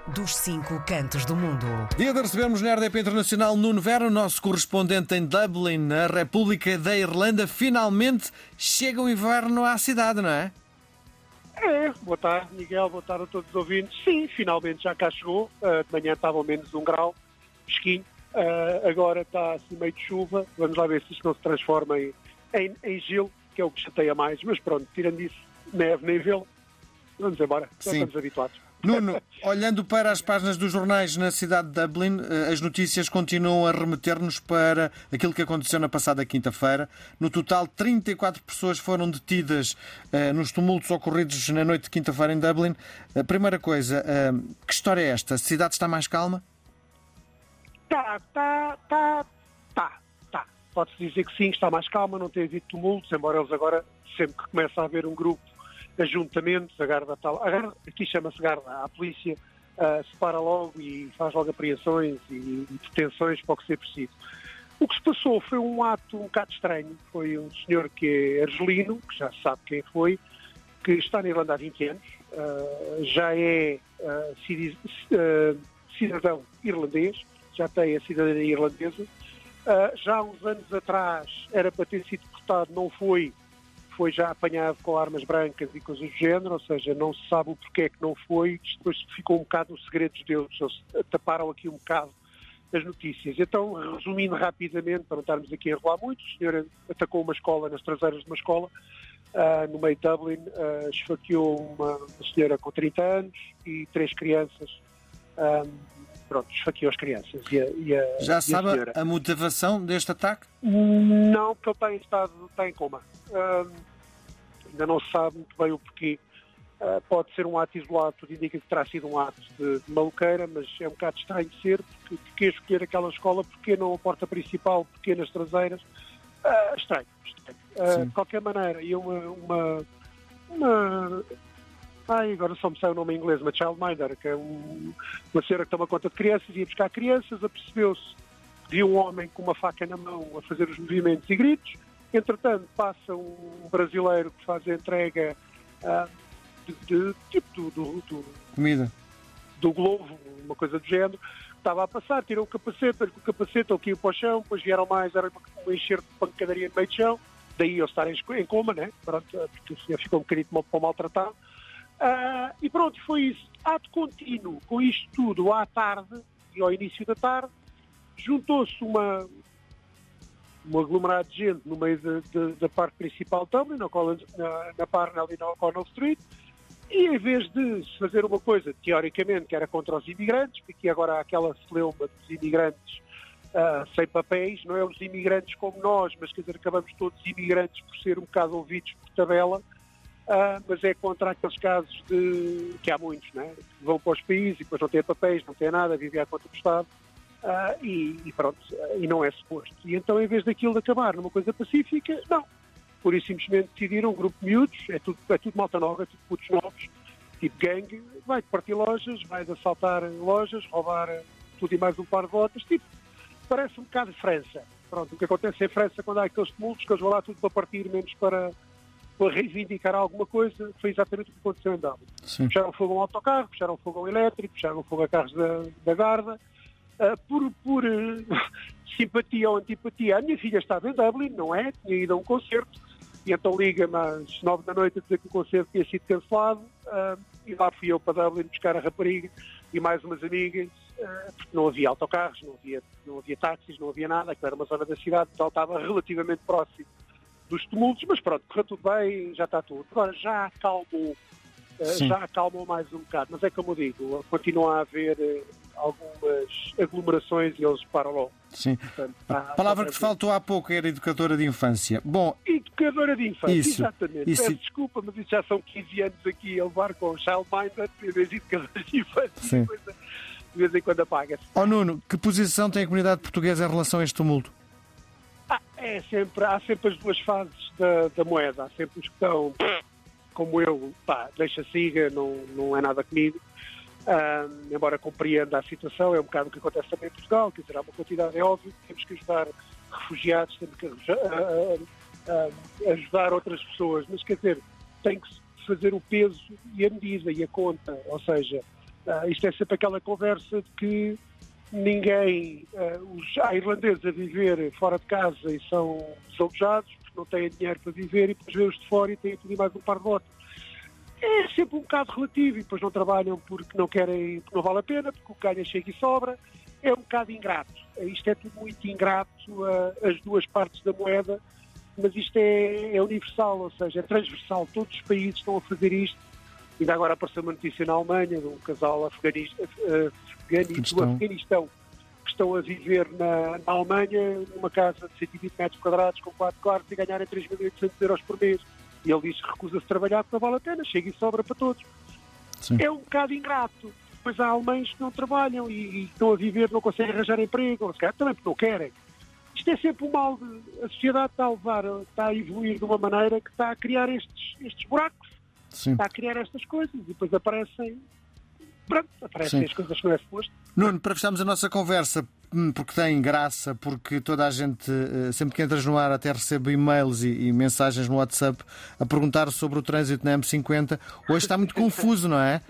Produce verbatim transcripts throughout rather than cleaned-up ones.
dos cinco cantos do mundo. Dia de recebermos na R D P Internacional Nuno Vera, o nosso correspondente em Dublin, na República da Irlanda. Finalmente chega o inverno à cidade, não é? É, boa tarde Miguel, boa tarde a todos os ouvintes. Sim, finalmente já cá chegou. Uh, de manhã estava ao menos um grau, fresquinho. Uh, agora está assim meio de chuva. Vamos lá ver se isto não se transforma em, em, em gelo, que é o que chateia mais. Mas pronto, tirando isso, neve nem vê-lo. Vamos embora, já Sim. estamos habituados. Nuno, olhando para as páginas dos jornais na cidade de Dublin, as notícias continuam a remeter-nos para aquilo que aconteceu na passada quinta-feira. No total, trinta e quatro pessoas foram detidas uh, nos tumultos ocorridos na noite de quinta-feira em Dublin. A primeira coisa, uh, que história é esta? A cidade está mais calma? Tá, tá, tá, tá, tá. Pode-se dizer que sim, está mais calma, não tem havido tumultos, embora eles agora, sempre que começa a haver um grupo, ajuntamentos, a Garda tal, a Garda, aqui chama-se Garda, a polícia uh, separa logo e faz logo apreensões e, e detenções para o que ser preciso. O que se passou foi um ato um bocado estranho, foi um senhor que é argelino, que já se sabe quem foi, que está na Irlanda há vinte anos, uh, já é uh, cidadão, uh, cidadão irlandês, já tem a cidadania irlandesa, uh, já há uns anos atrás era para ter sido deportado, não foi, foi já apanhado com armas brancas e coisas do género, ou seja, não se sabe o porquê que não foi, depois ficou um bocado no segredo de Deus, eles taparam aqui um bocado as notícias. Então, resumindo rapidamente, para não estarmos aqui a enrolar muito, o senhor atacou uma escola, nas traseiras de uma escola, uh, no meio de Dublin, uh, esfaqueou uma, uma senhora com trinta anos e três crianças, um, pronto, esfaqueou as crianças. E a, e a, Já e sabe a, senhora. a motivação deste ataque? Não, porque ele está em estado, está em coma. Um, ainda não se sabe muito bem o porquê. Uh, pode ser um ato isolado, tudo indica que terá sido um ato de, de maluqueira, mas é um bocado estranho de ser, porque porquê escolher aquela escola, porquê não a porta principal, porquê nas traseiras? Uh, estranho, estranho. Uh, de qualquer maneira, e uma, uma, uma... Ai, agora só me sai o nome em inglês, uma childminder, que é um, uma senhora que toma conta de crianças, ia buscar crianças, apercebeu-se, viu um homem com uma faca na mão a fazer os movimentos e gritos. Entretanto, passa um brasileiro que faz a entrega uh, de, de, tipo do, do, do, Comida. do Globo, uma coisa do género. Estava a passar, tirou o capacete, com o capacete ele caiu para o chão, depois vieram mais, era uma, uma enxerto de pancadaria no meio do chão, daí ele estar em, em coma, né? Pronto, porque o senhor ficou um bocadinho mal, para maltratado. Uh, e pronto, foi isso. Ato contínuo, com isto tudo à tarde e ao início da tarde, juntou-se uma... um aglomerado de gente no meio de, de, da parte principal de Dublin, na, na, na Parnell e na O'Connell Street, e em vez de se fazer uma coisa, teoricamente, que era contra os imigrantes, porque agora há aquela celeuma dos imigrantes uh, sem papéis, não é os imigrantes como nós, mas quer dizer, acabamos todos imigrantes por ser um bocado ouvidos por tabela, uh, mas é contra aqueles casos de, que há muitos, não é? Que vão para os países e depois não têm papéis, não têm nada, vivem à conta do Estado. Uh, e, e pronto, uh, e não é suposto. E então, em vez daquilo de acabar numa coisa pacífica, não. Por isso, simplesmente decidiram, um grupo de miúdos, é tudo, é tudo malta nova, é tudo putos novos, tipo gangue, vai partir lojas, vai assaltar lojas, roubar tudo e mais um par de botas, tipo, parece um bocado de França. Pronto, o que acontece em França quando há aqueles tumultos, que eles vão lá tudo para partir, menos para, para reivindicar alguma coisa, foi exatamente o que aconteceu em Dublin. Puxaram fogo a um autocarro, puxaram fogo a um elétrico, puxaram fogo a carros da, da Garda. Uh, por, por uh, simpatia ou antipatia, a minha filha estava em Dublin, não é? Tinha ido a um concerto, e então liga-me às nove da noite a dizer que o concerto tinha sido cancelado, uh, e lá fui eu para Dublin buscar a rapariga e mais umas amigas, uh, porque não havia autocarros, não havia, não havia táxis, não havia nada, aquilo era uma zona da cidade, então estava relativamente próximo dos tumultos, mas pronto, correu tudo bem, já está tudo. Agora já acalmou, uh, já acalmou mais um bocado, mas é como eu digo, continua a haver... Uh, algumas aglomerações e eles param logo. Sim. Portanto, a palavra que faltou há pouco era educadora de infância. Bom, educadora de infância, isso, exatamente. Isso. Peço desculpa, mas isso já são quinze anos aqui a levar com o childminder, em vez de educadora de infância. Sim. Coisa, de vez em quando apaga-se. Ó Nuno, que posição tem a comunidade portuguesa em relação a este tumulto? Ah, é sempre, há sempre as duas fases da, da moeda. Há sempre os que estão, como eu, pá, deixa siga, não, não é nada comigo. Uh, embora compreenda a situação, é um bocado o que acontece também em Portugal, quer dizer, há uma quantidade, é óbvio, temos que ajudar refugiados, temos que uh, uh, uh, ajudar outras pessoas, mas quer dizer, tem que fazer o peso e a medida e a conta, ou seja, Uh, isto é sempre aquela conversa de que ninguém, uh, os, há irlandeses a viver fora de casa e são desalojados, porque não têm dinheiro para viver, e depois vê os de fora e têm tudo e mais um par de botas. É sempre um bocado relativo, e depois não trabalham porque não querem, porque não vale a pena, porque o que ganha chega e sobra. É um bocado ingrato. Isto é tudo muito ingrato, uh, as duas partes da moeda, mas isto é, é universal, ou seja, é transversal. Todos os países estão a fazer isto. Ainda agora apareceu uma notícia na Alemanha de um casal afegani, uh, afegani, do Afeganistão que estão a viver na, na Alemanha numa casa de cento e vinte metros quadrados com quatro quartos e ganharem três mil e oitocentos euros por mês. E ele diz que recusa-se trabalhar porque não vale a pena, chega e sobra para todos. Sim. É um bocado ingrato. Depois há alemães que não trabalham e, e estão a viver, não conseguem arranjar emprego, ou se calhar também porque não querem. Isto é sempre um mal. De, a sociedade está a levar, está a evoluir de uma maneira que está a criar estes, estes buracos, Sim. está a criar estas coisas e depois aparecem, pronto, aparecem Sim. as coisas que não é suposto. Nuno, para fecharmos a nossa conversa, porque tem graça, porque toda a gente, sempre que entras no ar, até recebe e-mails e, e mensagens no WhatsApp a perguntar sobre o trânsito na M cinquenta. Hoje está muito confuso, não é?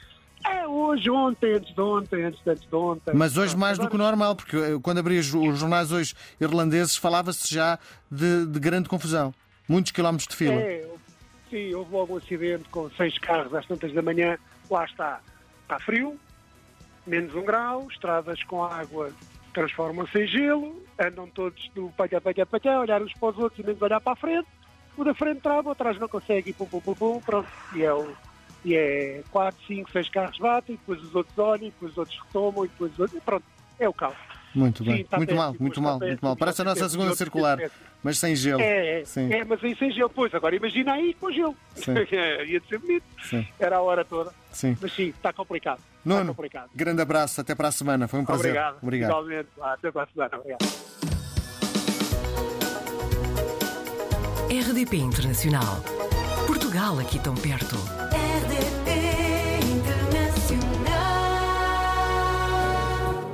É, hoje, ontem, antes de ontem, antes de, antes de ontem. Mas hoje mais do que o normal, porque quando abri os jornais hoje irlandeses, falava-se já de, de grande confusão. Muitos quilómetros de fila. É, sim, houve logo um acidente com seis carros às tantas da manhã. Lá está, está frio, menos um grau, estradas com água transformam-se em gelo, andam todos do palha, palha, palha, olhar uns para os outros e menos olhar para a frente. O da frente trava, o atrás não consegue e pum, pum, pum, pum, pronto. E é o... E é quatro, cinco, seis carros batem, depois os outros olham, depois os outros retomam, e depois os outros... E pronto, é o caos. Muito bem, Sim, muito péssimo, mal, muito mal, muito mal. Parece a nossa segunda circular, mas sem gelo. É, é, Sim. é, mas aí sem gelo. Pois, agora imagina aí com gelo. Ia de ser bonito. Sim. Era a hora toda. Sim. Mas sim, está complicado. Nuno, está complicado. Grande abraço, até para a semana. Foi um prazer. Obrigado. Obrigado. Igualmente. Até para a semana. Obrigado. R D P Internacional. Portugal aqui tão perto.